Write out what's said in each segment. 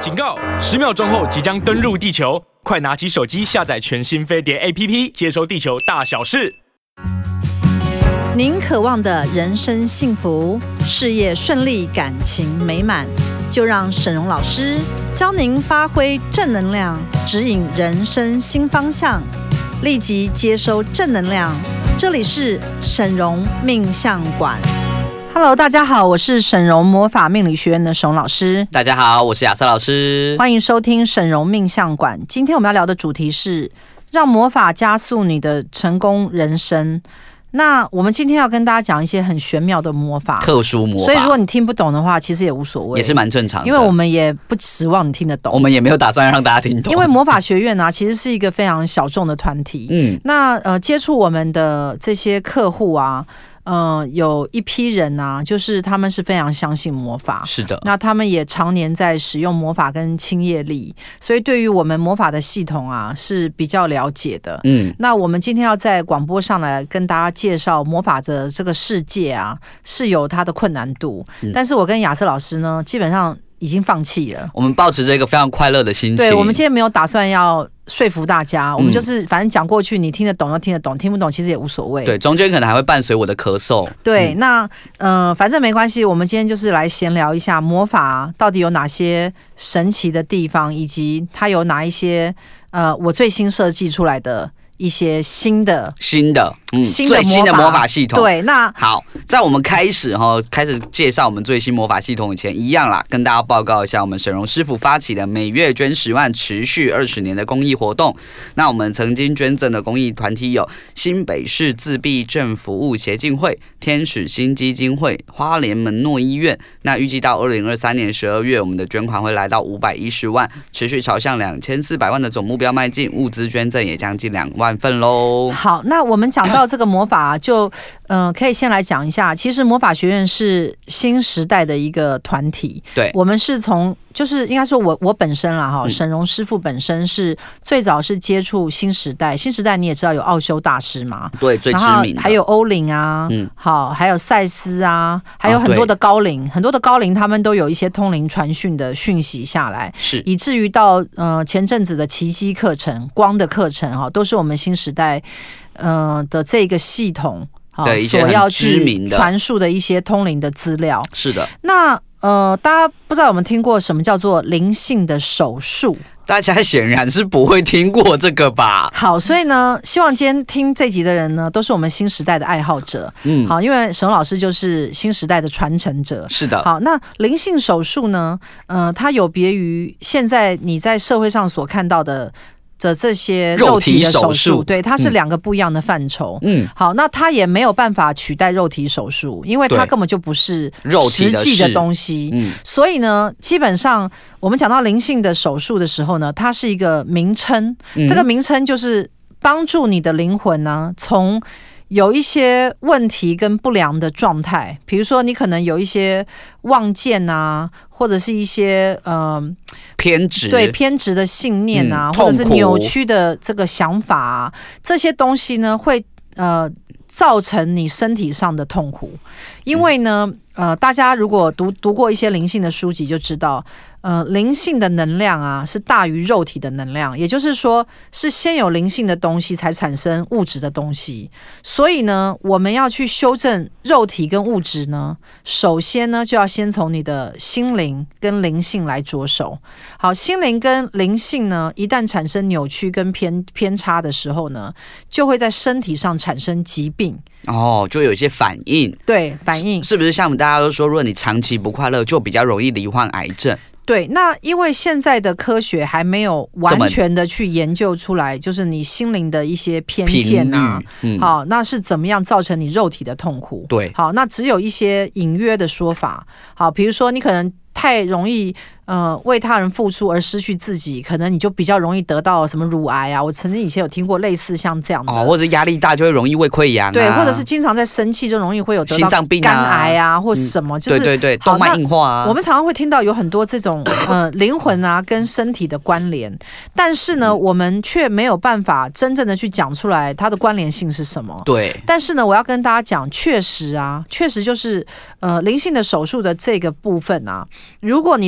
警告！10秒钟后即将登陆地球，快拿起手机下载全新飞碟 APP， 接收地球大小事。 您渴望的人生幸福、事业顺利、感情美满，就让沈荣老师教您发挥正能量，指引人生新方向，立即接收正能量。这里是沈荣命相馆。Hello， 大家好，我是沈荣魔法命理学院的沈荣老师。 大家好，我是亚瑟老师， 欢迎收听沈荣命相馆。今天我们要聊的主题是让魔法加速你的成功人生。那我们今天要跟大家讲一些很玄妙的魔法， 特殊魔法， 所以如果你听不懂的话，其实也无所谓， 也是蛮正常的， 因为我们也不指望你听得懂， 我们也没有打算让大家听懂。 因为魔法学院啊，其实是一个非常小众的团体。那接触我们的这些客户啊。有一批人啊，就是他们是非常相信魔法， 是的。 那他们也常年在使用魔法跟清业力，所以对于我们魔法的系统啊是比较了解的。那我们今天要在广播上来跟大家介绍魔法的这个世界啊，是有它的困难度。但是我跟亚瑟老师呢，基本上已经放弃了。 我们抱持着一个非常快乐的心情。 对，我们现在没有打算要说服大家，我们就是反正讲过去，你听得懂就听得懂，听不懂其实也无所谓。 对，中间可能还会伴随我的咳嗽。 对，那反正没关系，我们今天就是来闲聊一下魔法到底有哪些神奇的地方，以及它有哪一些我最新设计出来的一些新的最新的魔法系统。 对，那好，在我们开始介绍我们最新魔法系统以前，一样啦，跟大家报告一下我们沈荣师傅发起的每月捐10万、持续20年的公益活动。那我们曾经捐赠的公益团体有新北市自闭症服务协进会、天使心基金会、花莲门诺医院。那预计到2023年12月，我们的捐款会来到510万，持续朝向2400万的总目标迈进，物资捐赠也将近2万份喽。 好，那我们讲到这个魔法就可以先来讲一下，其实魔法学院是新时代的一个团体。 对， 我们是从就是应该说我本身啦哈，沈荣师傅本身是最早是接触新时代，新时代你也知道有奥修大师嘛， 对，最知名的， 还有欧林啊，好，还有赛斯啊，还有很多的高龄，很多的高龄他们都有一些通灵传讯的讯息下来， 是以至于到前阵子的奇迹课程、光的课程哈，都是我们新时代的这个系统所要去传述的一些通灵的资料。 是的， 那大家不知道有没有听过什么叫做灵性的手术？ 大家显然是不会听过这个吧？ 好，所以呢，希望今天听这集的人呢，都是我们新时代的爱好者。好，因为沈老师就是新时代的传承者。 是的。 好，那灵性手术呢，它有别于现在你在社会上所看到的这些肉体的手术，对，它是2个不一样的范畴。好，那它也没有办法取代肉体手术，因为它根本就不是实际的东西。所以呢，基本上我们讲到灵性的手术的时候呢，它是一个名称，这个名称就是帮助你的灵魂呢，从有一些问题跟不良的状态，比如说你可能有一些妄见啊，或者是一些偏执， 对，偏执的信念啊，或者是扭曲的这个想法啊，这些东西呢会造成你身体上的痛苦。因为呢大家如果读过一些灵性的书籍就知道，灵性的能量啊是大于肉体的能量，也就是说是先有灵性的东西才产生物质的东西。所以呢，我们要去修正肉体跟物质呢，首先呢就要先从你的心灵跟灵性来着手。好，心灵跟灵性呢，一旦产生扭曲跟偏差的时候呢，就会在身体上产生疾病。 就有一些反应。 对，反应是不是像大家都说，如果你长期不快乐，就比较容易罹患癌症？ 对，那因为现在的科学还没有完全的去研究出来，就是你心灵的一些偏见啊，好，那是怎么样造成你肉体的痛苦？ 对， 好，那只有一些隐约的说法。好，比如说你可能太容易为他人付出而失去自己，可能你就比较容易得到什么乳癌啊。我曾经以前有听过类似像这样的， 或者压力大就会容易胃溃疡啊， 对，或者是经常在生气就容易会有得到心脏病肝癌啊，或什么，就是对，动脉硬化啊。 我们常常会听到有很多这种灵魂啊跟身体的关联，但是呢，我们却没有办法真正的去讲出来它的关联性是什么。 对， 但是呢，我要跟大家讲，确实就是灵性的手术的这个部分啊，如果你的灵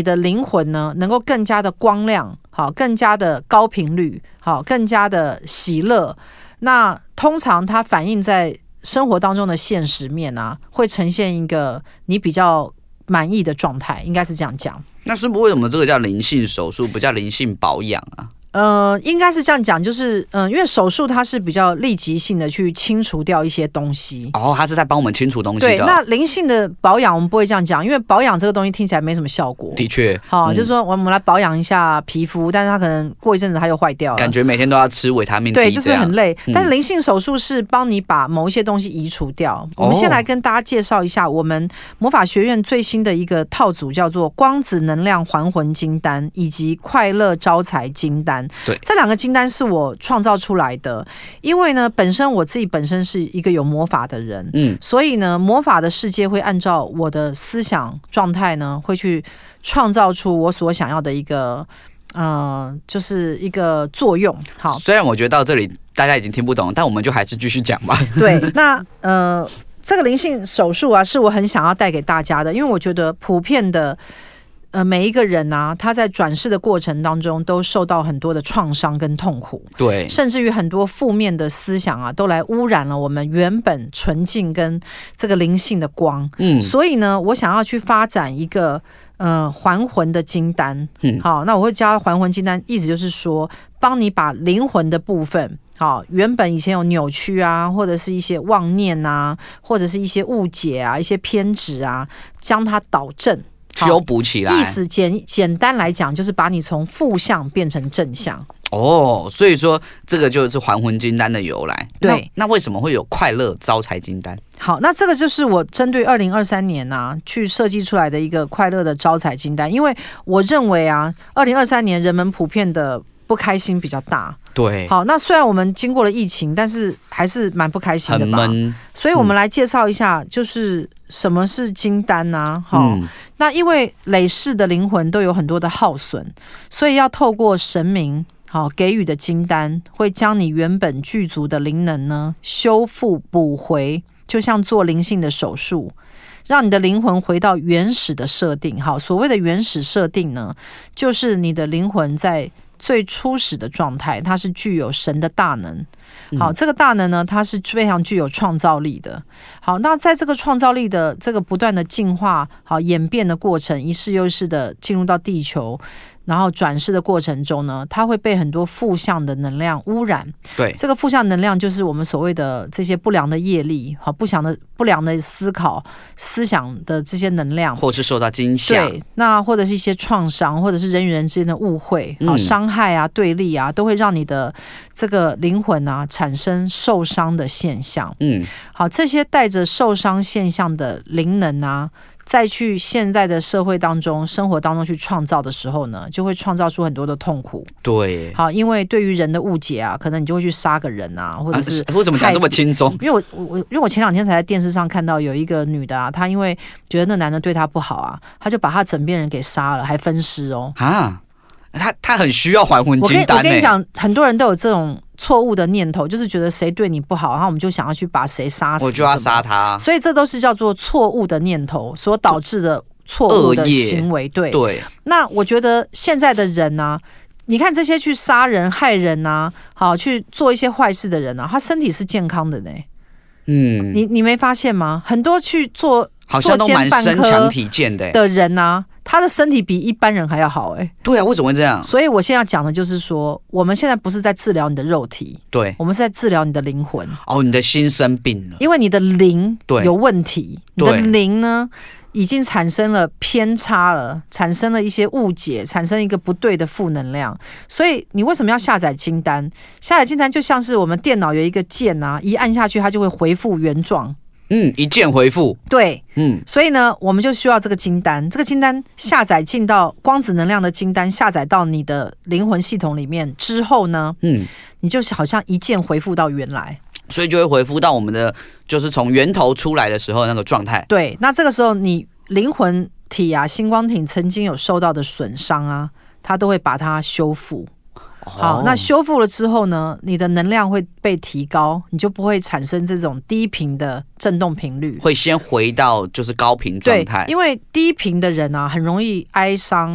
魂呢能够更加的光亮，好，更加的高频率，好，更加的喜乐。那通常它反映在生活当中的现实面啊，会呈现一个你比较满意的状态，应该是这样讲。 那是不是为什么这个叫灵性手术，不叫灵性保养啊？ 应该是这样讲，就是因为手术它是比较立即性的去清除掉一些东西。 哦，它是在帮我们清除东西的。 对，那灵性的保养我们不会这样讲，因为保养这个东西听起来没什么效果。 的确， 好，就是说我们来保养一下皮肤，但是它可能过一阵子它又坏掉了， 感觉每天都要吃维他命 D， 对，就是很累。但是灵性手术是帮你把某一些东西移除掉。我们先来跟大家介绍一下我们魔法学院最新的一个套组，叫做光子能量还魂金丹以及快乐招财金丹。 对， 这两个金丹是我创造出来的，因为呢，我自己本身是一个有魔法的人，所以呢，魔法的世界会按照我的思想状态呢，会去创造出我所想要的一个，就是一个作用。好， 虽然我觉得到这里大家已经听不懂，但我们就还是继续讲吧。 对，那这个灵性手术啊，是我很想要带给大家的，因为我觉得普遍的。每一个人啊，他在转世的过程当中都受到很多的创伤跟痛苦， 对， 甚至于很多负面的思想啊，都来污染了我们原本纯净跟这个灵性的光。所以呢，我想要去发展一个还魂的金丹。好，那我会加还魂金丹，意思就是说，帮你把灵魂的部分。好，原本以前有扭曲啊，或者是一些妄念啊，或者是一些误解啊，一些偏执啊，将它导正。 修补起来， 意思简单来讲，就是把你从负向变成正向。 哦，所以说这个就是还魂金丹的由来。 对， 那为什么会有快乐招财金丹？ 好，那这个就是我针对2023年啊去设计出来的一个快乐的招财金丹，因为我认为啊，2023年人们普遍的不开心比较大。 对， 好，那虽然我们经过了疫情，但是还是蛮不开心的吧？ 很闷。 所以我们来介绍一下，就是什么是金丹啊？那因为累世的灵魂都有很多的耗损，所以要透过神明给予的金丹，会将你原本具足的灵能呢修复补回，就像做灵性的手术。让你的灵魂回到原始的设定。好，所谓的原始设定呢，就是你的灵魂在最初始的状态，它是具有神的大能。好，这个大能呢，它是非常具有创造力的。好，那在这个创造力的这个不断的进化、好演变的过程，一世又一世的进入到地球，然后转世的过程中呢，它会被很多负向的能量污染。 对， 这个负向能量就是我们所谓的这些不良的业力，好，不良的思考、思想的这些能量， 或是受到惊吓， 对，那或者是一些创伤，或者是人与人之间的误会、好伤害啊、对立啊，都会让你的这个灵魂啊产生受伤的现象。好，这些带着受伤现象的灵能啊，再去现在的社会当中、生活当中去创造的时候呢，就会创造出很多的痛苦。 对， 好，因为对于人的误解啊，可能你就会去杀个人啊，或者是为什么讲这么轻松？ 因为我前2天才在电视上看到有一个女的啊，她因为觉得那男的对她不好啊，她就把她枕边人给杀了，还分尸哦。 啊，她很需要还魂金丹。 我跟你讲，很多人都有这种错误的念头，就是觉得谁对你不好，然后我们就想要去把谁杀死， 我就要杀他。 所以这都是叫做错误的念头所导致的错误的行为。对，那我觉得现在的人啊，你看这些去杀人害人啊，好去做一些坏事的人啊，他身体是健康的呢。你没发现吗？很多去做好像都蛮身强体健的人啊，他的身体比一般人还要好。 对啊，为什么会这样？ 所以我现在要讲的就是说，我们现在不是在治疗你的肉体， 对， 我们是在治疗你的灵魂。 哦，你的心生病了， 因为你的灵有问题，你的灵呢已经产生了偏差了，产生了一些误解，产生一个不对的负能量。所以你为什么要下载金丹？下载金丹就像是我们电脑有一个键啊，一按下去它就会回复原状。 一键回复。 对，所以呢，我们就需要这个金丹。这个金丹下载进到光子能量的金丹，下载到你的灵魂系统里面之后呢，你就好像一键回复到原来。 所以就会回复到我们的，就是从源头出来的时候那个状态。 对，那这个时候你灵魂体啊、星光体曾经有受到的损伤啊，它都会把它修复。好，那修复了之后呢，你的能量会被提高，你就不会产生这种低频的振动频率， 会先回到就是高频状态。 对，因为低频的人啊，很容易哀伤、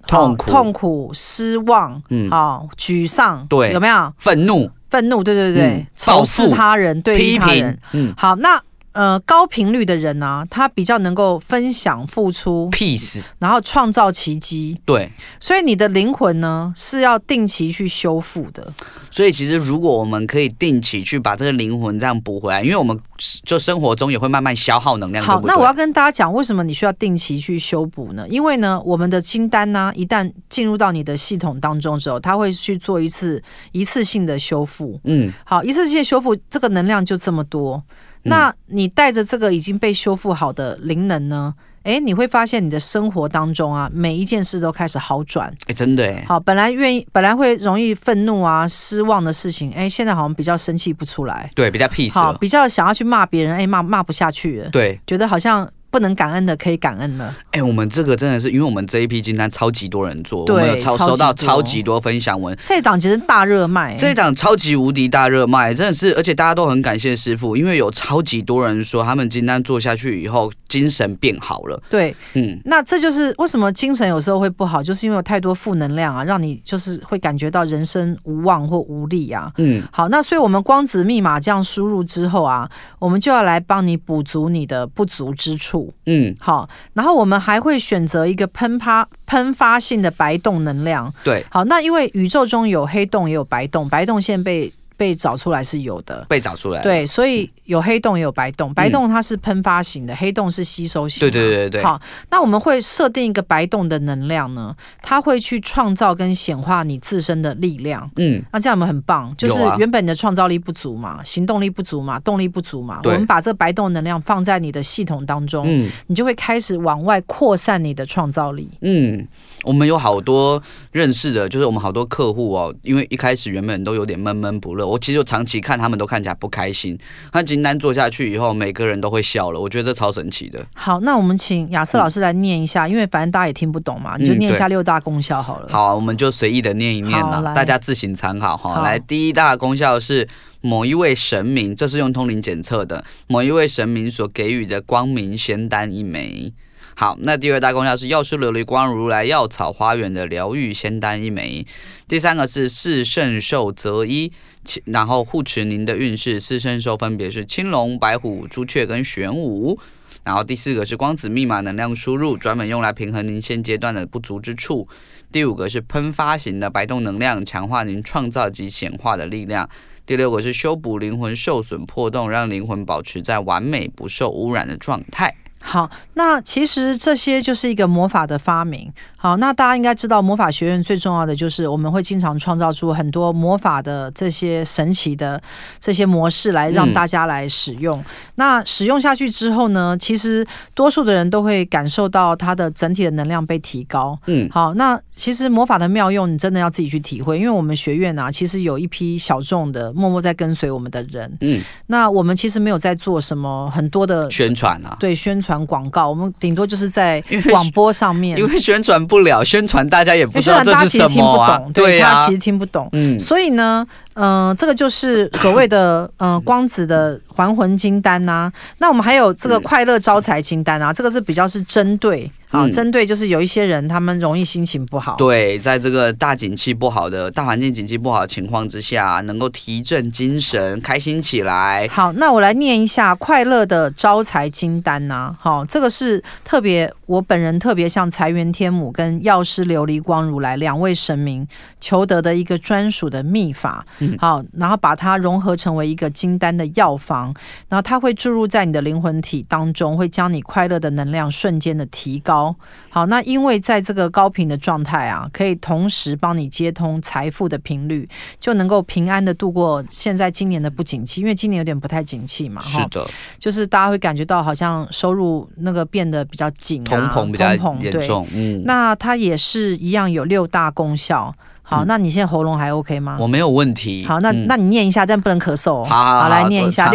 痛苦、失望，沮丧， 对， 有没有？ 愤怒， 对，仇视他人，对立他人，好，那。高频率的人啊，他比较能够分享、付出 ，peace， 然后创造奇迹。对，所以你的灵魂呢是要定期去修复的。 所以其实如果我们可以定期去把这个灵魂这样补回来，因为我们就生活中也会慢慢消耗能量。 好， 对不对？ 那我要跟大家讲，为什么你需要定期去修补呢？因为呢，我们的清单呢，一旦进入到你的系统当中之后，它会去做一次性的修复。好，一次性的修复，这个能量就这么多。那你带着这个已经被修复好的灵能呢？你会发现你的生活当中啊，每一件事都开始好转。 真的耶。 好，本来会容易愤怒啊、失望的事情，现在好像比较生气不出来。 对，比较 peace 好，比较想要去骂别人，骂不下去了。 对， 觉得好像不能感恩的可以感恩了。 我们这个真的是因为我们这一批金单超级多人做，我们有收到超级多分享文。 这一档其实大热卖， 这一档超级无敌大热卖，真的是，而且大家都很感谢师父，因为有超级多人说他们金单做下去以后精神变好了。 对，那这就是为什么精神有时候会不好，就是因为有太多负能量啊，让你就是会感觉到人生无望或无力啊。好，那所以我们光子密码这样输入之后啊，我们就要来帮你补足你的不足之处。好，然后我们还会选择一个喷发性的白洞能量。 对， 好，那因为宇宙中有黑洞也有白洞，白洞线被找出来是有的， 被找出来。 对，所以有黑洞也有白洞，白洞它是喷发型的，黑洞是吸收型的。对。好，那我们会设定一个白洞的能量呢，它会去创造跟显化你自身的力量。那这样我们很棒，就是原本你的创造力不足嘛，行动力不足嘛，动力不足嘛，我们把这个白洞能量放在你的系统当中，你就会开始往外扩散你的创造力。 我们有好多认识的，就是我们好多客户因为一开始原本都有点闷闷不乐，我其实长期看他们都看起来不开心。那金单做下去以后，每个人都会笑了，我觉得这超神奇的。 好，那我们请亚瑟老师来念一下，因为反正大家也听不懂嘛，你就念一下6大功效好了。 好，我们就随意的念一念啦，大家自行参考哈。来，第一大功效是某一位神明，这是用通灵检测的，某一位神明所给予的光明仙丹1枚。好，那第二大功效是药师琉璃光如来药草花园的疗愈仙丹1枚。第三个是四圣兽择一，然后护持您的运势。四圣兽分别是青龙、白虎、朱雀跟玄武。然后第四个是光子密码能量输入，专门用来平衡您现阶段的不足之处。第五个是喷发型的白洞能量，强化您创造及显化的力量。第六个是修补灵魂受损破洞，让灵魂保持在完美不受污染的状态。 好，那其实这些就是一个魔法的发明。好，那大家应该知道，魔法学院最重要的就是我们会经常创造出很多魔法的这些神奇的这些模式来让大家来使用。那使用下去之后呢，其实多数的人都会感受到它的整体的能量被提高。好，那其实魔法的妙用你真的要自己去体会，因为我们学院啊，其实有一批小众的默默在跟随我们的人。那我们其实没有在做什么很多的宣传啊， 对，宣传广告，我们顶多就是在广播上面， 因为宣传不了，宣传大家也不知道这是什么啊， 对啊，他其实听不懂，所以呢，这个就是所谓的光子的还魂金丹啊。那我们还有这个快乐招财金丹啊，这个是比较是针对。针对就是有一些人他们容易心情不好， 对，在这个大景气不好的大环境景气不好的情况之下，能够提振精神，开心起来。 好，那我来念一下快乐的招财金丹啊。好，这个是特别我本人特别向财源天母跟药师琉璃光如来2位神明求得的一个专属的秘法。好，然后把它融合成为一个金丹的药方，然后它会注入在你的灵魂体当中，会将你快乐的能量瞬间的提高。好，那因为在这个高频的状态啊，可以同时帮你接通财富的频率，就能够平安的度过现在今年的不景气，因为今年有点不太景气嘛。 是的， 就是大家会感觉到好像收入那个变得比较紧啊， 通膨比较严重。 那它也是一样有6大功效。好，那你现在喉咙还 OK 吗？ 我没有问题。 好，那你念一下，但不能咳嗽。 好， 来念一下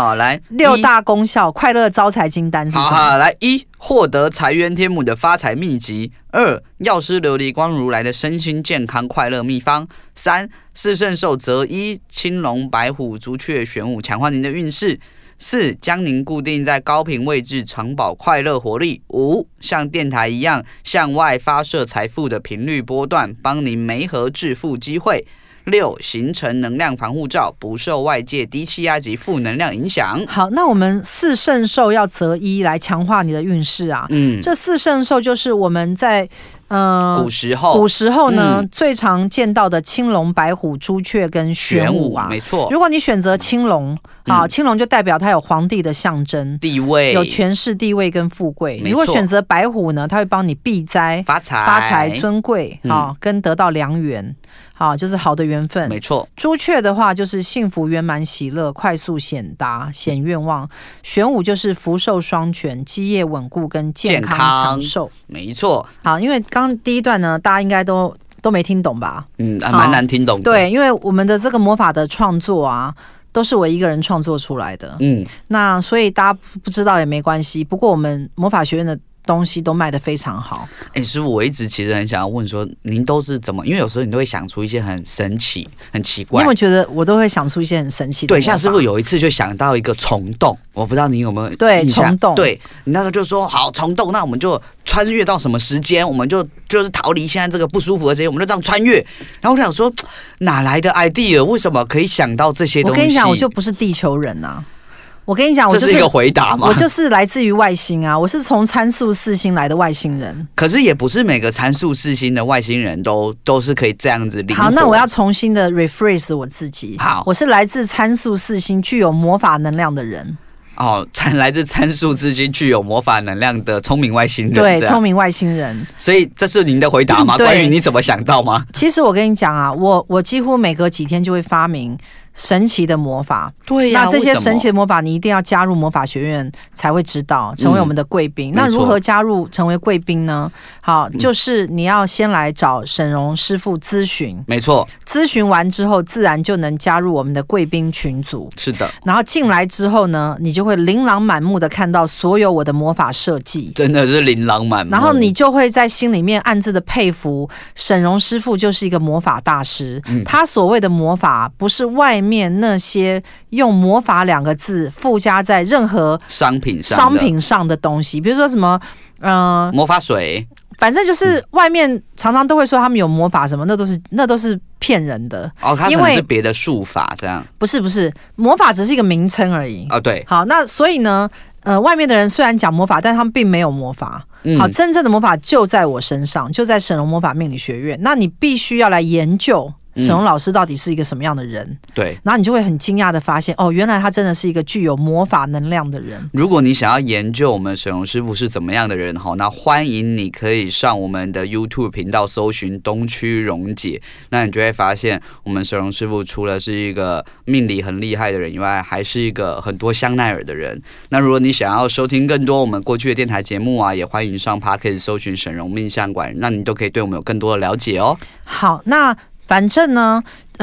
6大功效，快乐招财金丹是什么？ 好，来1，获得财源天母的发财秘籍；2，药师琉璃光如来的身心健康快乐秘方；3，四圣兽择一，青龙、白虎、朱雀、玄武，强化您的运势； 4. 将您固定在高频位置，常保快乐活力。5. 像电台一样向外发射财富的频率波段，帮您媒合致富机会。6. 形成能量防护罩，不受外界低气压及负能量影响。 好，那我们4圣兽要择一来强化你的运势啊。这4圣兽就是我们在古时候呢，最常见到的青龙、白虎、朱雀跟玄武啊。 没错。 如果你选择青龙，青龙就代表它有皇帝的象征， 地位有权势、地位跟富贵。如果选择白虎呢，它会帮你避灾、 发财、 尊贵，跟得到良缘。好，就是好的缘分， 没错。 朱雀的话就是幸福圆满、喜乐、快速显达、显愿望。玄武就是福寿双全、基业稳固跟健康长寿， 没错。 好，因为刚第一段呢，大家应该都没听懂吧？ 还蛮难听懂的。 对，因为我们的这个魔法的创作啊，都是我一个人创作出来的。那所以大家不知道也没关系。不过我们魔法学院的东西都卖得非常好。 师傅，我一直其实很想要问说，您都是怎么？因为有时候你都会想出一些很神奇、很奇怪。 你有没有觉得我都会想出一些很神奇的？ 对，像师傅有一次就想到一个虫洞，我不知道你有没有对虫洞？ 对，你那时候就说好虫洞，那我们就穿越到什么时间，我们就是逃离现在这个不舒服的时间，我们就这样穿越。然后我想说，哪来的 idea？ 为什么可以想到这些东西？ 我跟你讲，我就不是地球人啊。我跟你讲， 这是一个回答吗？ 我就是来自于外星啊，我是从参数4星来的外星人。 可是也不是每个参数4星的外星人都是可以这样子灵活。 好，那我要重新的 rephrase 我自己。 好， 我是来自参数4星，具有魔法能量的人。 来自参数4星，具有魔法能量的聪明外星人。 对，聪明外星人。 所以这是您的回答吗？关于你怎么想到吗？ 其实我跟你讲啊，我几乎每隔几天就会发明神奇的魔法。 对呀， 那这些神奇的魔法你一定要加入魔法学院才会知道，成为我们的贵宾。那如何加入成为贵宾呢？好，就是你要先来找沈荣师傅咨询。 没错， 咨询完之后自然就能加入我们的贵宾群组。 是的。 然后进来之后呢，你就会琳琅满目的看到所有我的魔法设计， 真的是琳琅满目。 然后你就会在心里面暗自的佩服沈荣师傅就是一个魔法大师。他所谓的魔法不是外面那些用魔法2个字附加在任何商品上的东西，比如说什么魔法水， 反正就是外面常常都会说他们有魔法什么，那都是骗人的。 它可能是别的术法这样。不是，魔法只是一个名称而已。 对。 好，那所以呢，外面的人虽然讲魔法，但他们并没有魔法。好，真正的魔法就在我身上，就在沈荣魔法命理学院。那你必须要来研究沈荣老师到底是一个什么样的人？ 对， 然后你就会很惊讶的发现，原来他真的是一个具有魔法能量的人。 如果你想要研究我们沈荣师傅是怎么样的人，那欢迎你可以上我们的 YouTube 频道搜寻东区荣姐，那你就会发现我们沈荣师傅除了是一个命理很厉害的人以外，还是一个很多香奈儿的人。那如果你想要收听更多我们过去的电台节目啊，也欢迎上 Podcast 搜寻沈荣命相馆，那你都可以对我们有更多的了解哦。 好，那反正呢，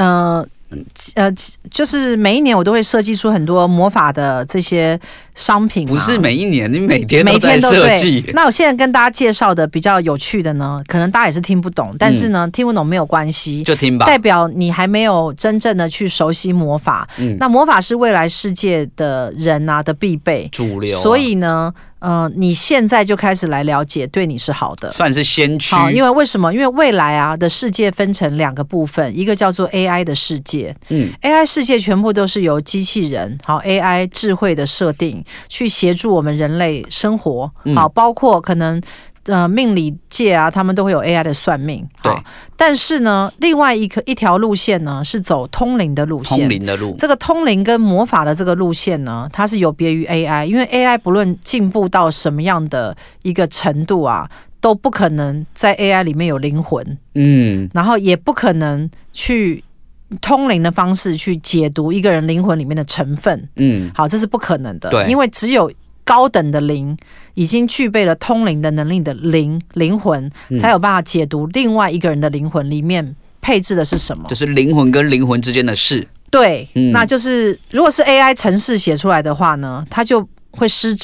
就是每一年我都会设计出很多魔法的这些商品。 不是每一年，你每天都在设计。 那我现在跟大家介绍的比较有趣的呢，可能大家也是听不懂，但是呢，听不懂没有关系， 就听吧。 代表你还没有真正的去熟悉魔法。那魔法是未来世界的人啊的必备主流， 所以呢。你现在就开始来了解，对你是好的， 算是先驱。 好，因为什么？因为未来啊的世界分成2个部分，一个叫做 AI 的世界，AI 世界全部都是由机器人，好 AI 智慧的设定去协助我们人类生活，好，包括可能。命理界啊，他们都会有 AI 的算命， 对。 但是呢，另外一条路线呢，是走通灵的路线。 通灵的路， 这个通灵跟魔法的这个路线呢，它是有别于 AI， 因为 AI 不论进步到什么样的一个程度啊，都不可能在 AI 里面有灵魂，然后也不可能去通灵的方式去解读一个人灵魂里面的成分，好，这是不可能的， 对， 因为只有高等的灵已经具备了通灵的能力的灵魂，才有办法解读另外一个人的灵魂里面配置的是什么， 就是灵魂跟灵魂之间的事。 对，那就是如果是 AI 程式写出来的话呢，它就会失真，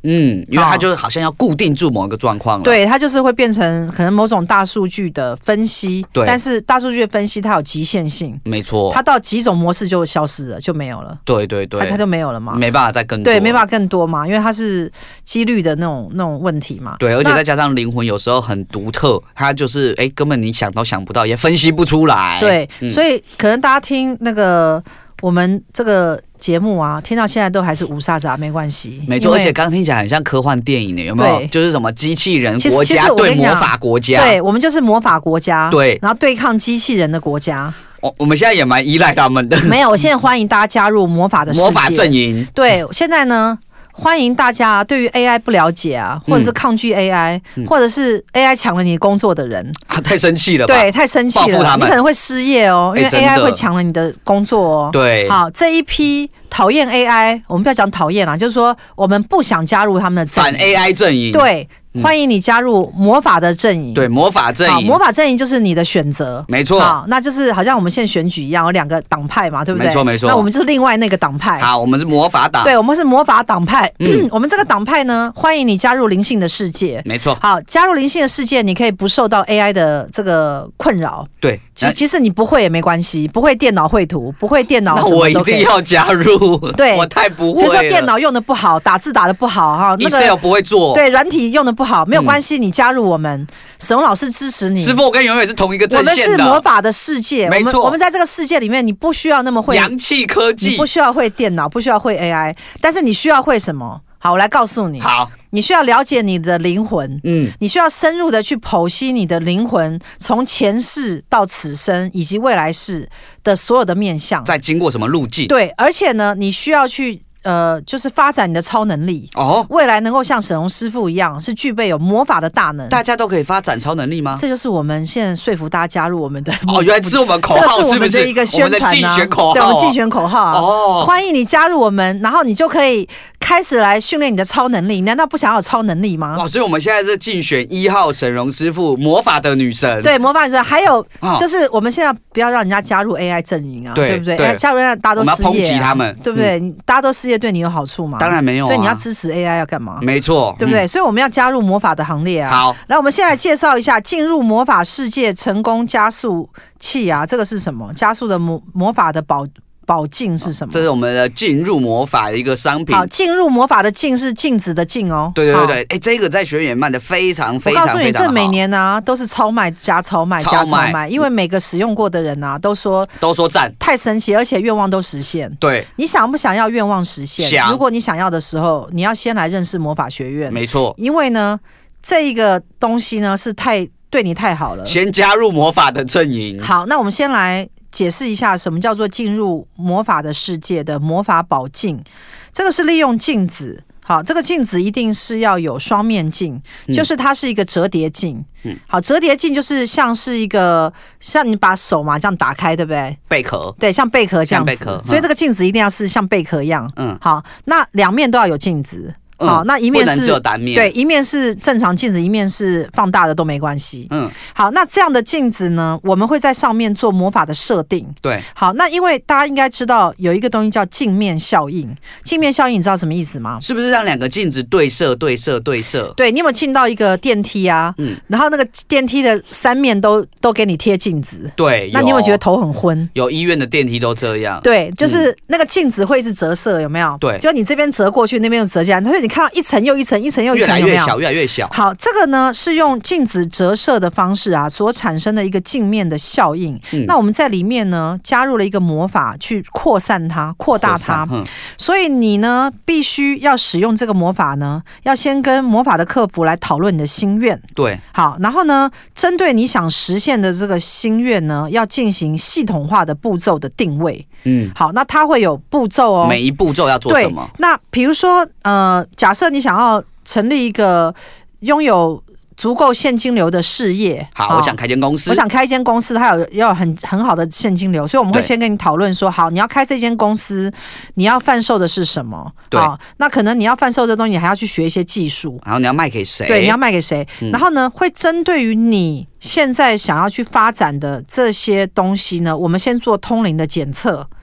因为它就好像要固定住某一个状况了。 对，它就是会变成可能某种大数据的分析。 对， 但是大数据的分析它有极限性。 没错。 它到几种模式就消失了，就没有了。 对对对， 它就没有了嘛， 没办法再更多。 对，没办法更多嘛，因为它是几率的那种问题嘛。 对，而且再加上灵魂有时候很独特，它就是根本你想都想不到，也分析不出来。 对，所以可能大家听那个我们这个节目啊，听到现在都还是无啥子啊，没关系。 没错，而且刚刚听起来很像科幻电影呢，有没有？就是什么机器人国家对魔法国家， 对，我们就是魔法国家， 对， 然后对抗机器人的国家。 我们现在也蛮依赖他们的。 没有，我现在欢迎大家加入魔法的世界， 魔法阵营。 对，现在呢，欢迎大家对于 AI 不了解啊，或者是抗拒 AI，或者是 AI 抢了你工作的人， 太生气了吧？ 对，太生气了，你可能会失业哦，因为 AI 会抢了你的工作哦。 对， 好，这一批讨厌 AI， 我们不要讲讨厌啦，就是说我们不想加入他们的阵营， 反 AI 阵营。 对。欢迎你加入魔法的阵营。 对，魔法阵营， 魔法阵营就是你的选择， 没错。 好，那就是好像我们现在选举一样，有2个党派嘛，对不对？ 没错没错。 那我们就是另外那个党派。 好，我们是魔法党。 对，我们是魔法党派。我们这个党派呢，欢迎你加入灵性的世界。 没错。 好，加入灵性的世界，你可以不受到 AI 的这个困扰。 对， 其实你不会也没关系，不会电脑绘图，不会电脑什么都可以。 那我一定要加入。 对， 我太不会了。 比如说电脑用的不好，打字打的不好哈 ，Excel 不会做。 对，软体用的不好，没有关系。你加入我们，沈荣老师支持你。 师父，我跟永远是同一个阵线的。 我们是魔法的世界， 没错。 我们在这个世界里面，你不需要那么会阳气科技， 你不需要会电脑，不需要会 AI， 但是你需要会什么？好，我来告诉你。 好， 你需要了解你的灵魂，你需要深入的去剖析你的灵魂，从前世到此生以及未来世的所有的面向， 在经过什么路径？ 对，而且呢，你需要去。就是发展你的超能力哦，未来能够像沈荣师傅一样，是具备有魔法的大能。 大家都可以发展超能力吗？ 这就是我们现在说服大家加入我们的哦，原来是我们口号， 这是我们的一个宣传啊， 竞选口号， 对，我们竞选口号哦， 欢迎你加入我们，然后你就可以开始来训练你的超能力。难道不想要有超能力吗？ 哦，所以我们现在是竞选1号沈荣师傅，魔法的女神。 对，魔法女神。还有就是我们现在不要让人家加入 AI 阵营啊，对不对？加入大家都失业， 我们要抨击他们， 对不对？大家都失业，对你有好处吗？ 当然没有， 所以你要支持 AI 要干嘛？ 没错， 对不对？所以我们要加入魔法的行列啊。 好， 来，我们先来介绍一下进入魔法世界成功加速器啊，这个是什么？加速的魔法的宝镜是什么？ 这是我们的进入魔法的一个商品。 好，进入魔法的镜是镜子的镜哦。 对对对对，这个在学员卖的非常非常非常好。 我告诉你，这每年啊都是超卖加超卖加超卖，因为每个使用过的人啊都说赞， 太神奇，而且愿望都实现。 对， 你想不想要愿望实现？ 想。 如果你想要的时候，你要先来认识魔法学院。 没错， 因为呢，这一个东西呢是对你太好了。 先加入魔法的阵营。 好，那我们先来解释一下什么叫做进入魔法的世界的魔法宝镜。这个是利用镜子。好，这个镜子一定是要有双面镜，就是它是一个折叠镜。好，折叠镜就是像你把手嘛这样打开，对不对？ 贝壳。 对，像贝壳这样子。所以这个镜子一定要是像贝壳一样。好，那2面都要有镜子。好，那一面是不能只有单面， 对，一面是正常镜子，一面是放大的都没关系。好，那这样的镜子呢，我们会在上面做魔法的设定。 对， 好，那因为大家应该知道有一个东西叫镜面效应。镜面效应你知道什么意思吗？ 是不是让2个镜子对射？对， 你有没有进到一个电梯啊？然后那个电梯的3面都给你贴镜子。 对， 那你有没有觉得头很昏？ 有医院的电梯都这样。 对，就是那个镜子会一直折射，有没有？ 对， 就你这边折过去，那边又折进来，所以你看到一层又一层，一层又一层， 越来越小，越来越小。 好，这个呢是用镜子折射的方式啊所产生的一个镜面的效应。那我们在里面呢加入了一个魔法去扩散它、扩大它。所以你呢必须要使用这个魔法呢，要先跟魔法的客服来讨论你的心愿。 对， 好，然后呢，针对你想实现的这个心愿呢，要进行系统化的步骤的定位。好，那它会有步骤哦， 每一步骤要做什么？ 那比如说，假设你想要成立一个拥有足够现金流的事业。 好，我想开间公司。 我想开一间公司，它要有很好的现金流，所以我们会先跟你讨论说，好，你要开这间公司，你要贩售的是什么？ 对， 那可能你要贩售这东西，你还要去学一些技术， 然后你要卖给谁？ 对，你要卖给谁？然后呢，会针对于你现在想要去发展的这些东西呢，我们先做通灵的检测。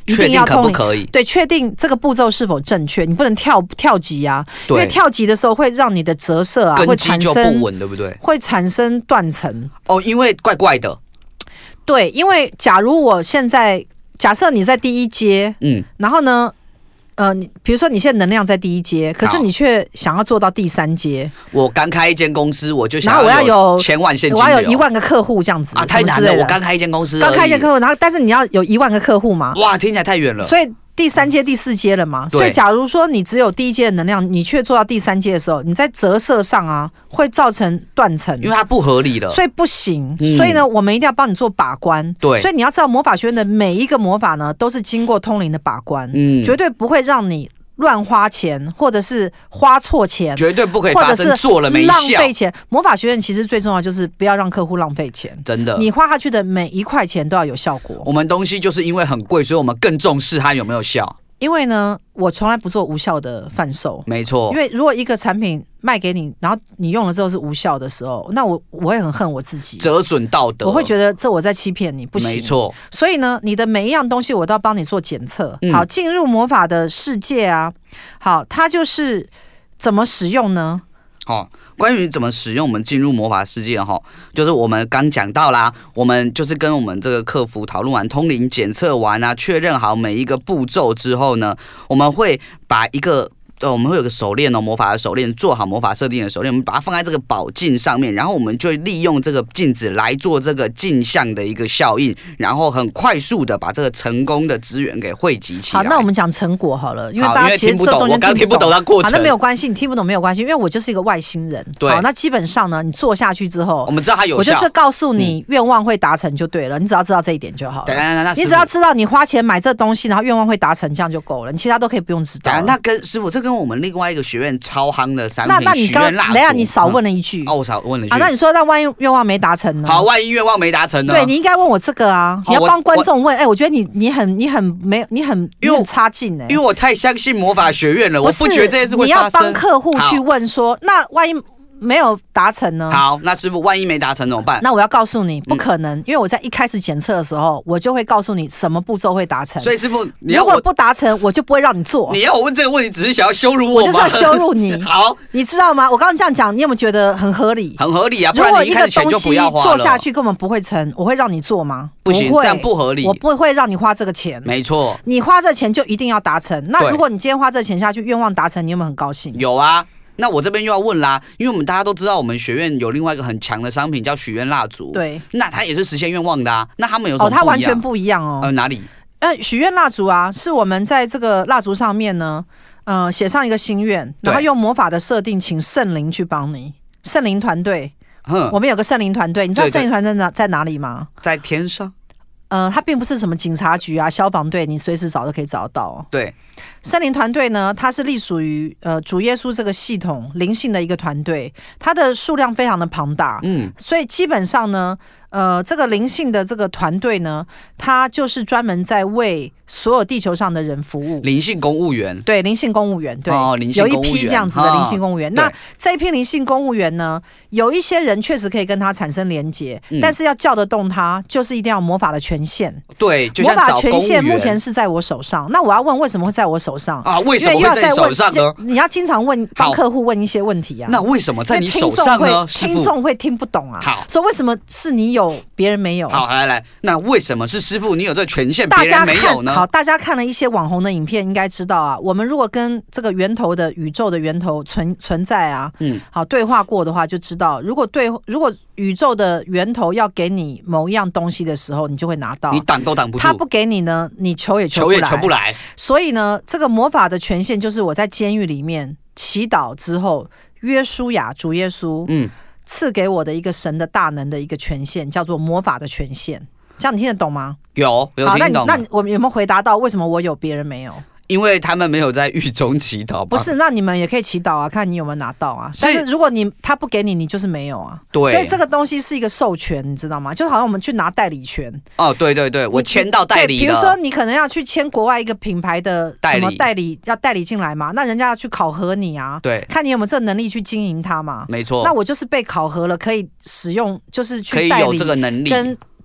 一定要通灵， 确定可不可以？ 对，确定这个步骤是否正确，你不能跳级啊，因为跳级的时候会让你的折射啊根基会产生就不稳，对不对？ 会产生断层。 哦，因为怪怪的。 对，因为假如我现在假设你在第一阶，然后呢？比如说你现在能量在第一阶，可是你却想要做到第3阶。我刚开一间公司，我就想要，然后我要有千万现金流， 我要有1万个客户这样子啊，太难了！我刚开一间公司， 刚开一间客户，然后但是你要有1万个客户嘛？ 哇，听起来太远了。 所以第3阶、第4阶了嘛？所以假如说你只有第1阶的能量，你却做到第3阶的时候，你在折射上啊会造成断层， 因为它不合理了， 所以不行。所以呢，我们一定要帮你做把关。 对， 所以你要知道魔法学院的每一个魔法呢，都是经过通灵的把关，绝对不会让你乱花钱，或者是花错钱， 绝对不可以发生做了没效、 浪费钱。魔法学院其实最重要就是不要让客户浪费钱， 真的， 你花下去的每一块钱都要有效果。 我们东西就是因为很贵，所以我们更重视它有没有效。 因为呢，我从来不做无效的贩售， 没错。 因为如果一个产品卖给你，然后你用了之后是无效的时候，那我会很恨我自己， 折损道德， 我会觉得这我在欺骗你，不行。 没错。 所以呢，你的每一样东西我都要帮你做检测。好，进入魔法的世界啊，好，它就是怎么使用呢？ 关于怎么使用我们进入魔法世界就是我们刚讲到啦，我们就是跟我们这个客服讨论完通灵检测完啊，确认好每一个步骤之后呢，我们会把我们会有个手链魔法的手链，做好魔法设定的手链，我们把它放在这个宝镜上面，然后我们就利用这个镜子来做这个镜像的一个效应，然后很快速的把这个成功的资源给汇集起来。 好，那我们讲成果好了，因为大家其实这中间我刚听不懂它过程。 好，那没有关系，你听不懂没有关系，因为我就是一个外星人。 对。 好，那基本上呢，你做下去之后， 我们知道它有效， 我就是告诉你愿望会达成就对了，你只要知道这一点就好了。你只要知道你花钱买这东西，然后愿望会达成，这样就够了，你其他都可以不用知道。 那跟师傅，这跟我们另外一个学院超夯的产品， 那你刚等下你少问了一句我少问了一句那你说那万一愿望没达成呢？ 好，万一愿望没达成呢？ 对，你应该问我这个啊，你要帮观众问。我觉得你很差劲因为我太相信魔法学院了，我不觉得这件事会发生。 你要帮客户去问说，那万一没有达成呢？ 好，那师傅，万一没达成怎么办？ 那我要告诉你，不可能，因为我在一开始检测的时候，我就会告诉你什么步骤会达成。 所以师傅， 如果不达成，我就不会让你做。 你要我问这个问题，只是想要羞辱我吗？ 我就是要羞辱你。 好， 你知道吗？我刚刚这样讲，你有没有觉得很合理？ 很合理啊！不然你一开始钱就不要花了。 如果一个东西做下去根本不会成，我会让你做吗？ 不行，这样不合理。 我不会让你花这个钱。 没错， 你花这钱就一定要达成。那如果你今天花这钱下去，愿望达成，你有没有很高兴？ 有啊。那我这边又要问啦，因为我们大家都知道，我们学院有另外一个很强的商品叫许愿蜡烛。 对， 那它也是实现愿望的啊。那他们有什么不一样？ 它完全不一样哦。 哪里？ 许愿蜡烛啊，是我们在这个蜡烛上面呢，写上一个心愿，然后用魔法的设定，请圣灵去帮你。圣灵团队，我们有个圣灵团队，你知道圣灵团队在哪里吗？ 在天上。 它并不是什么警察局啊、消防队，你随时找都可以找得到。 对， 圣灵团队呢，它是隶属于主耶稣这个系统灵性的一个团队，它的数量非常的庞大，所以基本上呢，这个灵性的这个团队呢，它就是专门在为所有地球上的人服务， 灵性公务员， 对，灵性公务员，对，有一批这样子的灵性公务员。那这一批灵性公务员呢，有一些人确实可以跟他产生连结，但是要叫得动他，就是一定要魔法的权限。 对，就像魔法权限目前是在我手上。那我要问，为什么会在我手上啊？为什么会在你手上呢？ 你要经常帮客户问一些问题啊。 那为什么在你手上呢？ 听众会听不懂啊。 好， 所以为什么是你有，别人没有？ 好，来，那为什么是师傅你有这权限，别人没有呢？ 好，大家看了一些网红的影片，应该知道啊。我们如果跟这个源头的宇宙的源头存在啊，好对话过的话，就知道，如果宇宙的源头要给你某一样东西的时候，你就会拿到， 你挡都挡不住。 他不给你呢，你求也求不来。所以呢，这个魔法的权限就是我在监狱里面祈祷之后，约书亚主耶稣赐给我的一个神的大能的一个权限，叫做魔法的权限。这样你听得懂吗？ 有听懂。 那我们有没有回答到为什么我有别人没有？ 因为他们没有在狱中祈祷吧？ 不是，那你们也可以祈祷啊，看你有没有拿到啊。但是如果他不给你，你就是没有啊。 对， 所以这个东西是一个授权，你知道吗？就好像我们去拿代理权。 哦，对，我签到代理了。 比如说你可能要去签国外一个品牌的什么代理，要代理进来嘛，那人家要去考核你啊， 对， 看你有没有这个能力去经营它嘛。 没错。 那我就是被考核了，可以使用，就是去代理， 可以有这个能力跟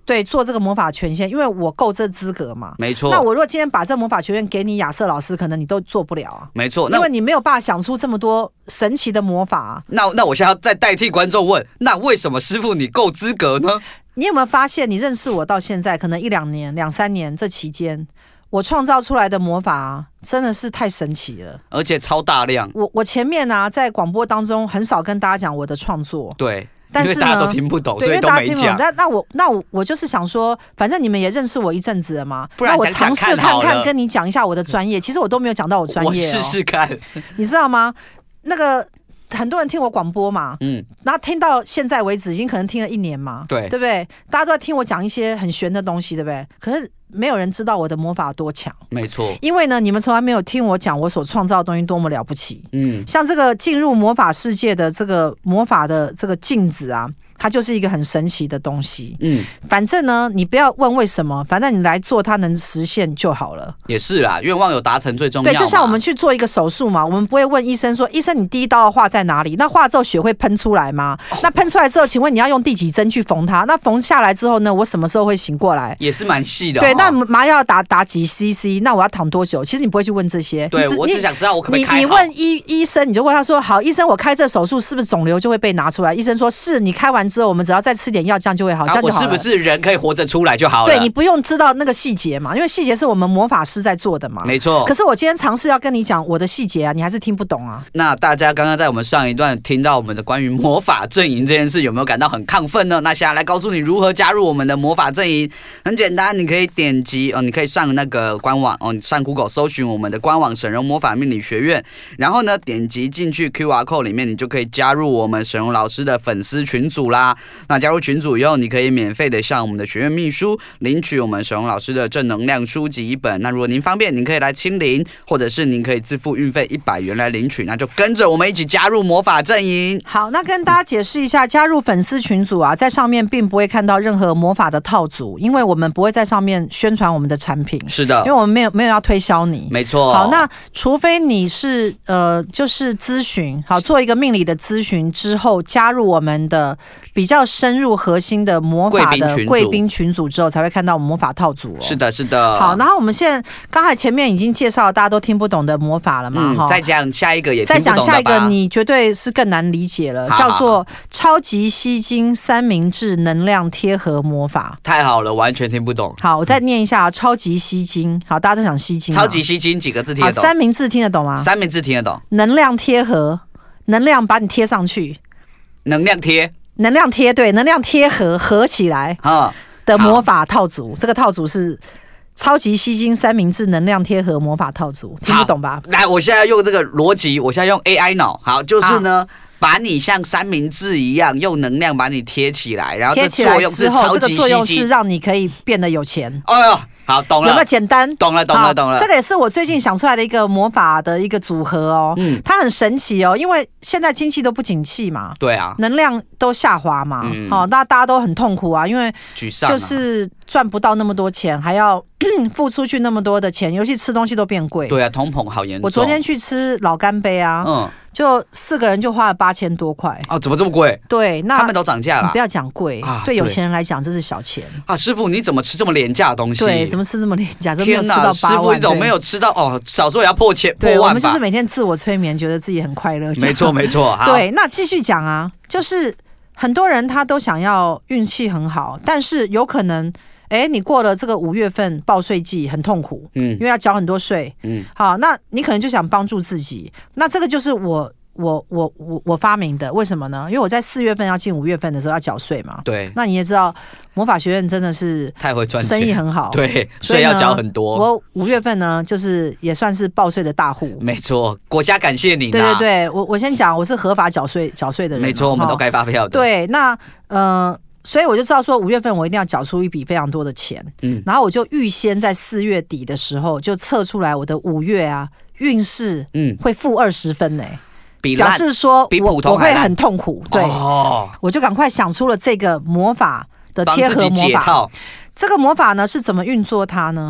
对做这个魔法权限，因为我够这资格嘛。 没错。 那我如果今天把这魔法权限给你亚瑟老师，可能你都做不了啊。 没错， 因为你没有办法想出这么多神奇的魔法啊。 那我现在要再代替观众问，那为什么师傅你够资格呢？ 你有没有发现，你认识我到现在，可能1、2年、2、3年这期间，我创造出来的魔法啊，真的是太神奇了， 而且超大量。 我前面啊，在广播当中很少跟大家讲我的创作， 对， 但是因为大家都听不懂，所以都没讲。 那我就是想说，反正你们也认识我一阵子了嘛， 不然那我尝试看看跟你讲一下我的专业。其实我都没有讲到我专业， 我试试看， 你知道吗？那个。很多人听我广播嘛，然后听到现在为止，已经可能听了1年嘛，对不对？大家都在听我讲一些很玄的东西，对不对？可是没有人知道我的魔法多强， 没错。 因为呢，你们从来没有听我讲我所创造的东西多么了不起，像这个进入魔法世界的这个魔法的这个镜子啊。它就是一个很神奇的东西，反正呢，你不要问为什么，反正你来做，它能实现就好了。也是啦，愿望有达成最重要。 对，就像我们去做一个手术嘛，我们不会问医生说，医生你第一刀的话在哪里？那划之后血会喷出来吗？那喷出来之后，请问你要用第几针去缝它？那缝下来之后呢，我什么时候会醒过来？ 也是蛮细的。 对，那麻药打几 CC？ 那我要躺多久？其实你不会去问这些。 对，我只想知道我可不可以开好。 你问医生，你就问他说，好，医生，我开这手术是不是肿瘤就会被拿出来？医生说是，你开完之后，我们只要再吃点药，这样就会好，这样就好了。 我是不是人可以活着出来就好了？ 对，你不用知道那个细节嘛，因为细节是我们魔法师在做的嘛。 没错。 可是我今天尝试要跟你讲我的细节啊，你还是听不懂啊。 那大家刚刚在我们上一段听到我们的关于魔法阵营这件事，有没有感到很亢奋呢？那现在来告诉你如何加入我们的魔法阵营。很简单，你可以点击你可以上那个官网你上 Google 搜寻我们的官网沈荣魔法命理学院，然后呢点击进去 QR code 里面，你就可以加入我们沈荣老师的粉丝群组啦。那加入群组以后，你可以免费的向我们的学院秘书领取我们沈荣老师的正能量书籍1本。那如果您方便，您可以来亲临，或者是您可以自付运费100元来领取。那就跟着我们一起加入魔法阵营。 好，那跟大家解释一下，加入粉丝群组啊，在上面并不会看到任何魔法的套组，因为我们不会在上面宣传我们的产品。 是的， 因为我们没有要推销你。 没错。 好，那除非你是就是咨询，好，做一个命理的咨询之后，加入我们的比较深入核心的魔法的贵宾群组之后，才会看到我们魔法套组。 是的，是的。 好，然后我们现在刚才前面已经介绍了大家都听不懂的魔法了嘛， 再讲下一个也听不懂的吧。 再讲下一个，你绝对是更难理解了，叫做超级吸睛三明治能量贴合魔法。 太好了，完全听不懂。 好，我再念一下，超级吸睛。好，大家都想吸睛。 超级吸睛几个字听得懂？ 三明治听得懂吗？ 三明治听得懂。 能量贴合，能量把你贴上去。 能量贴。 能量贴，对，能量贴合起来的魔法套组。这个套组是超级吸睛三明治能量贴合魔法套组，听不懂吧？ 来，我现在用这个逻辑，我现在用 AI 脑。好，就是呢，把你像三明治一样用能量把你贴起来，然后这作用是超级吸睛。 这个作用是让你可以变得有钱。 哎呦。好，懂了。 有没有简单？ 懂了。 这个也是我最近想出来的一个魔法的一个组合哦。它很神奇哦，因为现在经济都不景气嘛。 对啊。 能量都下滑嘛。那大家都很痛苦啊，因为沮丧， 就是赚不到那么多钱，还要付出去那么多的钱，尤其吃东西都变贵。 对啊，通膨好严重。 我昨天去吃老干杯啊。就4个人就花了8000多块哦，怎么这么贵？ 对，那他们都涨价了。 你不要讲贵，对有钱人来讲这是小钱啊。师傅，你怎么吃这么廉价的东西？ 对，怎么吃这么廉价？都没有吃到8万。 师傅，你怎么没有吃到少说也要破万吧？ 对，我们就是每天自我催眠，觉得自己很快乐。 没错。 对，那继续讲啊，就是很多人他都想要运气很好，但是有可能。你过了这个5月份报税季很痛苦，因为要缴很多税，好，那你可能就想帮助自己，那这个就是我发明的，为什么呢？因为我在4月份要进5月份的时候要缴税嘛， 对， 那你也知道魔法学院真的是太会赚钱， 生意很好， 对，税要缴很多。 我5月份呢，就是也算是报税的大户， 没错，国家感谢你。 对，我先讲，我是合法缴税的人， 没错，我们都该发票的。 对，那所以我就知道说5月份我一定要缴出一笔非常多的钱，然后我就预先在4月底的时候就测出来我的5月啊运势会负20分呢，表示说我会很痛苦，对，我就赶快想出了这个魔法的贴合魔法。这个魔法呢是怎么运作它呢？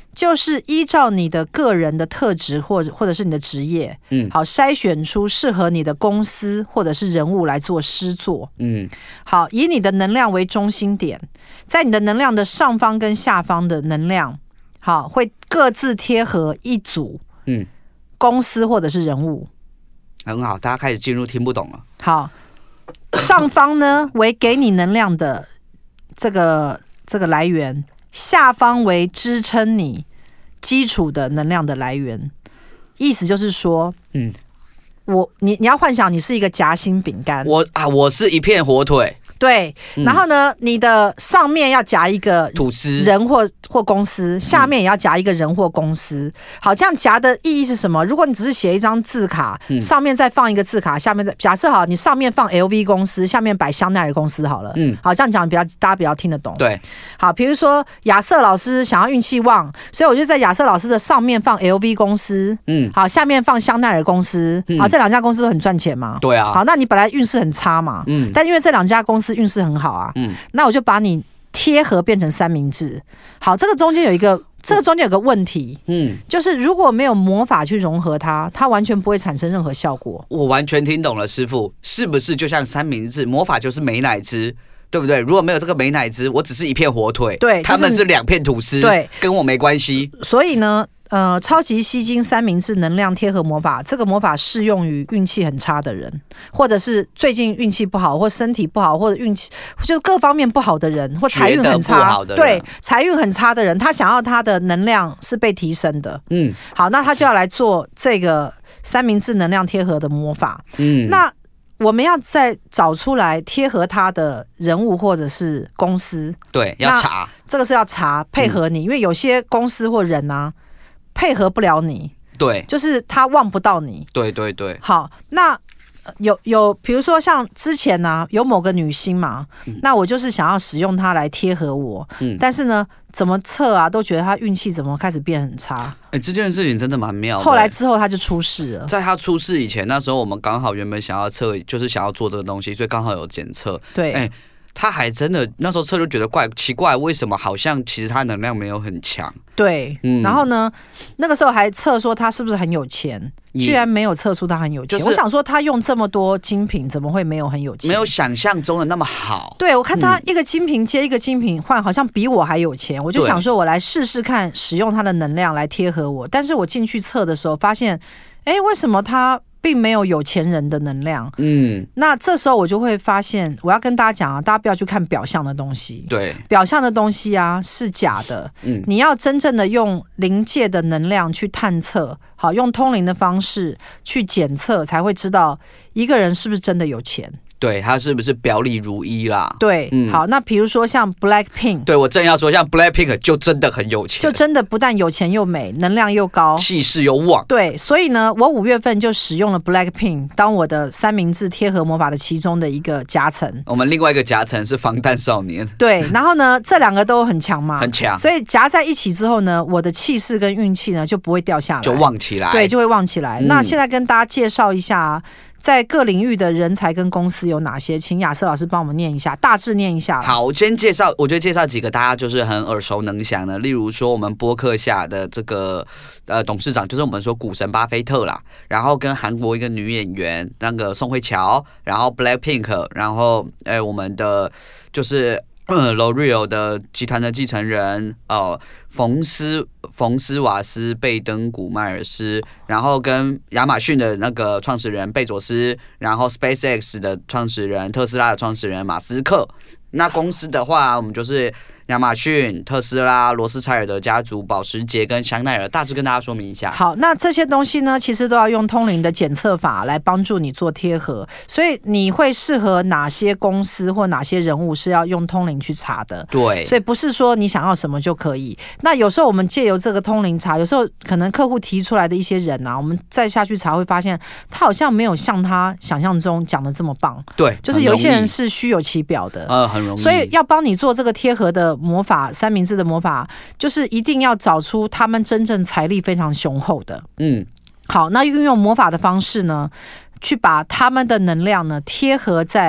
就是依照你的个人的特质或者是你的职业，好筛选出适合你的公司或者是人物来做施作，好，以你的能量为中心点，在你的能量的上方跟下方的能量，好，会各自贴合一组，公司或者是人物， 很好，大家开始进入听不懂了。 好，上方呢为给你能量的这个来源，下方为支撑你基础的能量的来源。意思就是说，你要幻想你是一个夹心饼干， 我是一片火腿。 对，然后呢，你的上面要夹一个吐司人或公司，下面也要夹一个人或公司。好，这样夹的意义是什么？如果你只是写一张字卡，上面再放一个字卡，下面再假设好，你上面放 LV 公司，下面摆香奈儿公司好了。好，这样讲大家比较听得懂。 对， 好，比如说亚瑟老师想要运气旺，所以我就在亚瑟老师的上面放 LV 公司，好，下面放香奈儿公司，好，这两家公司都很赚钱嘛。 对啊。 好，那你本来运势很差嘛，但因为这两家公司运势很好啊，那我就把你贴合变成三明治。好，这个中间有个问题，就是如果没有魔法去融合它，它完全不会产生任何效果。 我完全听懂了，师父，是不是就像三明治，魔法就是美乃滋，对不对？如果没有这个美乃滋，我只是一片火腿， 对， 他们是2片吐司， 对， 跟我没关系。 所以呢，超级吸金三明治能量贴合魔法，这个魔法适用于运气很差的人，或者是最近运气不好，或身体不好，或者运气就是各方面不好的人，或财运很差，对，财运很差的人，他想要他的能量是被提升的，好，那他就要来做这个三明治能量贴合的魔法，那我们要再找出来贴合他的人物或者是公司， 对，要查， 这个是要查配合你，因为有些公司或人啊配合不了你， 对， 就是他望不到你， 对对对。 好，那有，比如说像之前呢、有某个女星嘛，那我就是想要使用它来贴合我，但是呢，怎么测啊，都觉得她运气怎么开始变很差。 这件事情真的蛮妙的。 后来之后她就出事了。 在她出事以前，那时候我们刚好原本想要测，就是想要做这个东西，所以刚好有检测。 对。 他还真的那时候测就觉得奇怪，为什么好像其实他能量没有很强？ 对，然后呢，那个时候还测说他是不是很有钱，居然没有测出他很有钱。我想说他用这么多精品，怎么会没有很有钱？ 没有想象中的那么好。 对，我看他一个精品接一个精品换，好像比我还有钱。我就想说，我来试试看，使用他的能量来贴合我。但是我进去测的时候，发现，为什么他并没有钱人的能量，那这时候我就会发现，我要跟大家讲啊，大家不要去看表象的东西， 对， 表象的东西啊是假的，你要真正的用灵界的能量去探测，好，用通灵的方式去检测，才会知道一个人是不是真的有钱。 对，他是不是表里如一啦？ 对，好，那比如说像 Blackpink， 对，我正要说，像 Blackpink 就真的很有钱， 就真的不但有钱又美，能量又高， 气势又旺。 对，所以呢，我5月份就使用了 Blackpink 当我的三明治贴合魔法的其中的一个夹层。 我们另外一个夹层是防弹少年。 对，然后呢，这2个都很强嘛， 很强， 所以夹在一起之后呢，我的气势跟运气呢就不会掉下来， 就旺起来。 对，就会旺起来。那现在跟大家介绍一下。在各领域的人才跟公司有哪些？请亚瑟老师帮我们念一下，大致念一下。 好，我先介绍，我就介绍几个大家就是很耳熟能详的，例如说我们播客下的这个董事长，就是我们说股神巴菲特啦，然后跟韩国一个女演员那个宋慧乔，然后 Blackpink， 然后我们的就是L'Oreal 的集团的继承人冯斯瓦斯贝登古迈尔斯，然后跟亚马逊的那个创始人贝佐斯，然后 SpaceX 的创始人、特斯拉的创始人马斯克。那公司的话，我们就是亚马逊、特斯拉、罗斯柴尔德家族、保时捷跟香奈儿，大致跟大家说明一下。 好，那这些东西呢，其实都要用通灵的检测法来帮助你做贴合，所以你会适合哪些公司或哪些人物是要用通灵去查的。 对， 所以不是说你想要什么就可以。那有时候我们借由这个通灵查，有时候可能客户提出来的一些人啊，我们再下去查会发现，他好像没有像他想象中讲的这么棒。 对， 就是有一些人是虚有其表的， 很容易。 所以要帮你做这个贴合的魔法，三明治的魔法，就是一定要找出他们真正财力非常雄厚的。好，那运用魔法的方式呢，去把他们的能量呢贴合在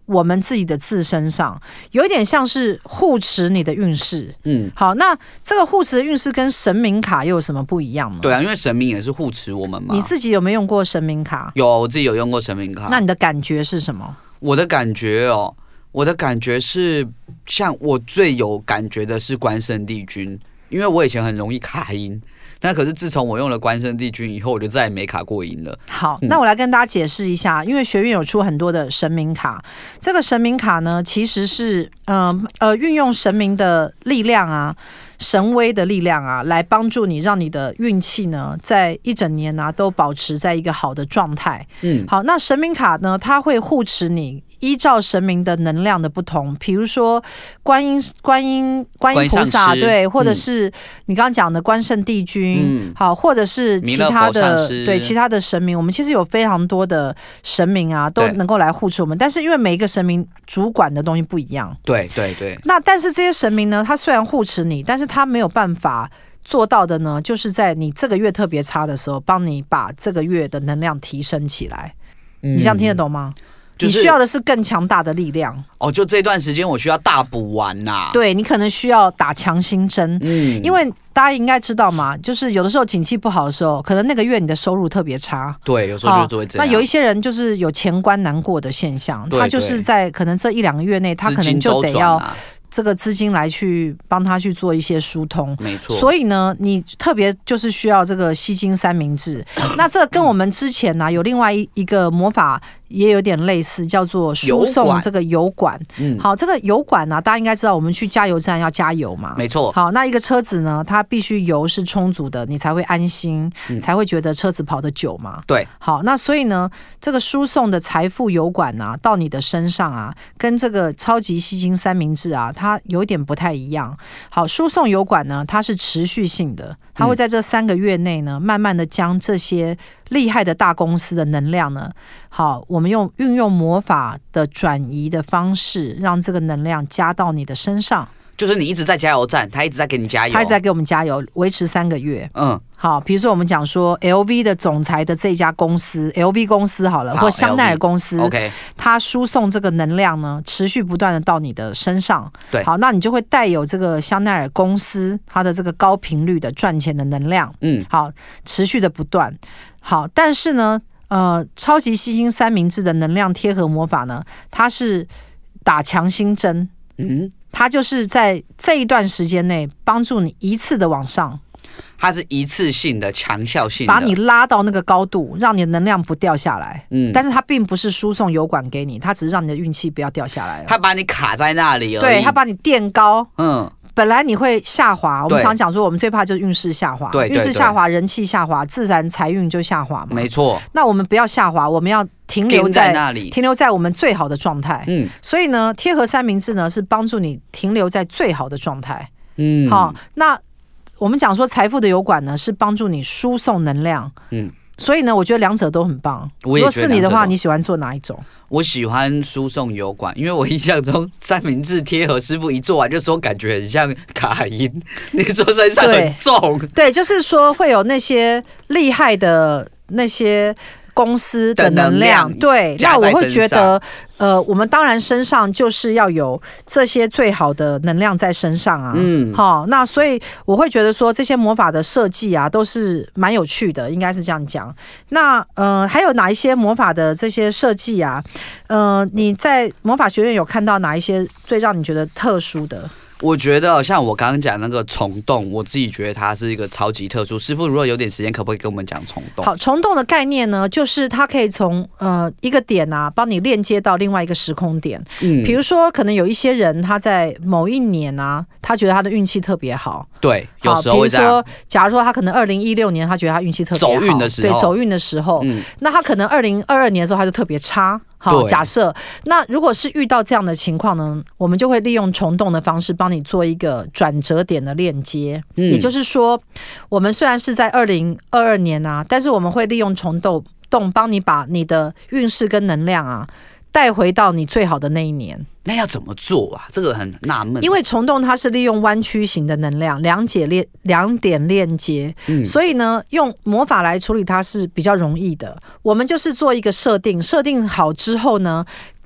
我们自己的自身上，有一点像是护持你的运势。好，那这个护持的运势跟神明卡又有什么不一样呢？ 对啊，因为神明也是护持我们嘛。 你自己有没有用过神明卡？ 有，我自己有用过神明卡。 那你的感觉是什么？ 我的感觉是，像我最有感觉的是关圣帝君，因为我以前很容易卡音。那可是自从我用了关圣帝君以后，我就再也没卡过音了。 好，那我来跟大家解释一下，因为学院有出很多的神明卡，这个神明卡呢，其实是运用神明的力量啊。神威的力量啊，来帮助你，让你的运气呢，在一整年啊都保持在一个好的状态。好，那神明卡呢，它会护持你，依照神明的能量的不同，比如说观音菩萨，对，或者是你刚刚讲的关圣帝君，好，或者是其他的其他的神明，我们其实有非常多的神明啊，都能够来护持我们，但是因为每一个神明主管的东西不一样， 对。 那但是这些神明呢，他虽然护持你，但是他没有办法做到的呢，就是在你这个月特别差的时候，帮你把这个月的能量提升起来。你这样听得懂吗？你需要的是更强大的力量哦，就这段时间我需要大补完呐。 对，你可能需要打强心针，因为大家应该知道嘛，就是有的时候景气不好的时候，可能那个月你的收入特别差。 对，有时候就会这样。 那有一些人就是有钱关难过的现象，他就是在可能这1-2个月内，他可能就得要这个资金来去帮他去做一些疏通， 没错。 所以呢，你特别就是需要这个吸金三明治。那这跟我们之前呢有另外一个魔法也有点类似，叫做输送这个油管。好，这个油管呢，大家应该知道，我们去加油站要加油嘛， 没错。 好，那一个车子呢，它必须油是充足的，你才会安心，才会觉得车子跑得久嘛。 对。 好，那所以呢，这个输送的财富油管啊，到你的身上啊，跟这个超级吸金三明治啊，它有一点不太一样。好，输送油管呢，它是持续性的，它会在这3个月内呢，慢慢的将这些厉害的大公司的能量呢，好，我们运用魔法的转移的方式，让这个能量加到你的身上。 就是你一直在加油站，他一直在给你加油， 他一直在给我们加油，维持3个月。好，比如说我们讲说 LV 的总裁的这一家公司 ，LV 公司好了，或香奈儿公司 ，OK， 它输送这个能量呢，持续不断的到你的身上。 对， 好，那你就会带有这个香奈儿公司它的这个高频率的赚钱的能量。好，持续的不断。好，但是呢，超级吸金三明治的能量贴合魔法呢，它是打强心针。它就是在这一段时间内帮助你一次的往上， 它是一次性的强效性的， 把你拉到那个高度，让你的能量不掉下来。但是它并不是输送油管给你，它只是让你的运气不要掉下来了。 它把你卡在那里而已。 对，它把你垫高。本来你会下滑，我们常讲说，我们最怕就是运势下滑。 对， 运势下滑，人气下滑，自然财运就下滑嘛。 没错。 那我们不要下滑，我们要停留在那里， 停留在我们最好的状态。所以呢，贴合三明治呢是帮助你停留在最好的状态。好，那我们讲说财富的油管呢是帮助你输送能量。所以呢，我觉得两者都很棒。如果是你的话，你喜欢做哪一种？ 我喜欢输送油管，因为我印象中三明治贴合师傅一做完就说感觉很像卡音，你说身上很重。对， 就是说会有那些厉害的那些公司的能量，对，那我会觉得，我们当然身上就是要有这些最好的能量在身上啊，好，那所以我会觉得说这些魔法的设计啊，都是蛮有趣的，应该是这样讲。那还有哪一些魔法的这些设计啊？你在魔法学院有看到哪一些最让你觉得特殊的？ 我觉得像我刚刚讲那个虫洞，我自己觉得它是一个超级特殊。师傅如果有点时间，可不可以跟我们讲虫洞？ 好，虫洞的概念呢，就是它可以从一个点啊，帮你链接到另外一个时空点。比如说可能有一些人他在某一年啊，他觉得他的运气特别好。 对，有时候会这样。 比如说，假如说他可能2016年他觉得他运气特别好， 走运的时候， 对，走运的时候，那他可能2022年的时候他就特别差。好，假设那如果是遇到这样的情况呢，我们就会利用虫洞的方式帮你做一个转折点的链接。也就是说，我们虽然是在2022年啊，但是我们会利用虫洞帮你把你的运势跟能量啊带回到你最好的那一年。 那要怎么做啊？这个很纳闷。 因为虫洞它是利用弯曲型的能量，两点链接，所以呢，用魔法来处理它是比较容易的。我们就是做一个设定好之后呢，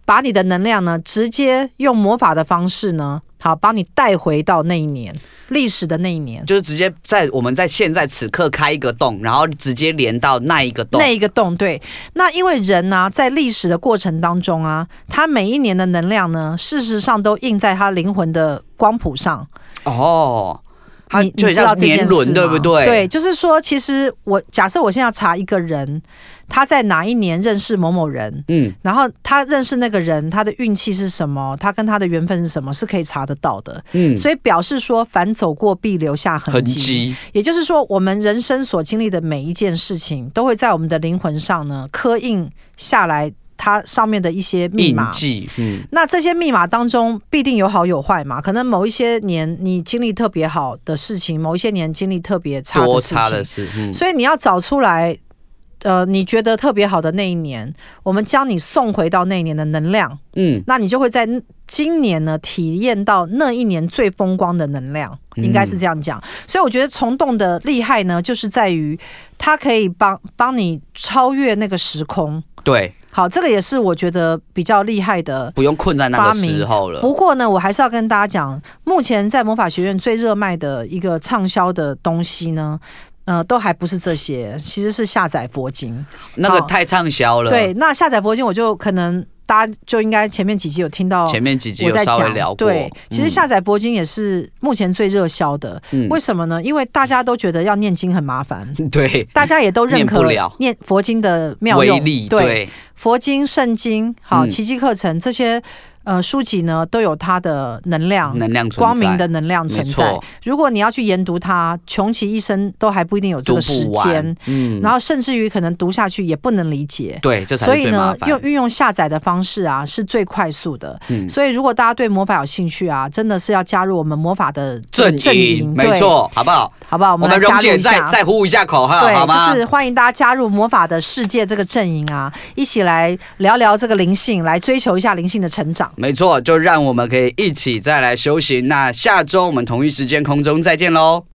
把你的能量呢，直接用魔法的方式呢，好，把你带回到那一年。历史的那一年， 就是直接我们在现在此刻开一个洞，然后直接连到那一个洞。 对。那因为人啊，在历史的过程当中啊，他每一年的能量呢，事实上都印在他灵魂的光谱上。 哦， 你知道这件事吗？ 年轮对不对？ 对，就是说，其实假设我现在要查一个人，他在哪一年认识某某人，然后他认识那个人，他的运气是什么，他跟他的缘分是什么，是可以查得到的。所以表示说，凡走过必留下痕迹。也就是说，我们人生所经历的每一件事情，都会在我们的灵魂上呢刻印下来。它上面的一些密码，那这些密码当中必定有好有坏嘛？可能某一些年你经历特别好的事情，某一些年经历特别差的事情，所以你要找出来，你觉得特别好的那一年，我们将你送回到那一年的能量，那你就会在今年呢体验到那一年最风光的能量，应该是这样讲。所以我觉得虫洞的厉害呢，就是在于它可以帮你超越那个时空， 对。 好，这个也是我觉得比较厉害的， 不用困在那个时候了。 不过呢，我还是要跟大家讲，目前在魔法学院最热卖的一个畅销的东西呢，都还不是这些，其实是下载佛经。 那个太畅销了。 对，那下载佛经我就可能。大家就应该前面几集有听到， 前面几集有稍微聊过。 对，其实下载佛经也是目前最热销的。为什么呢？因为大家都觉得要念经很麻烦， 对， 大家也都认可念佛经的妙用， 威力， 对，佛经、圣经、好奇迹课程这些。书籍呢都有它的能量光明的能量存在。如果你要去研读它，穷其一生都还不一定有这个时间。然后甚至于可能读下去也不能理解。 对，这才是最麻烦。 所以呢，运用下载的方式啊，是最快速的。所以如果大家对魔法有兴趣啊，真的是要加入我们魔法的阵营， 没错，好不好？ 好不好？我们蓉姐再呼一下口号，好吗？ 就是欢迎大家加入魔法的世界这个阵营啊，一起来聊聊这个灵性，来追求一下灵性的成长。 没错，就让我们可以一起再来修行。那下周我们同一时间空中再见喽。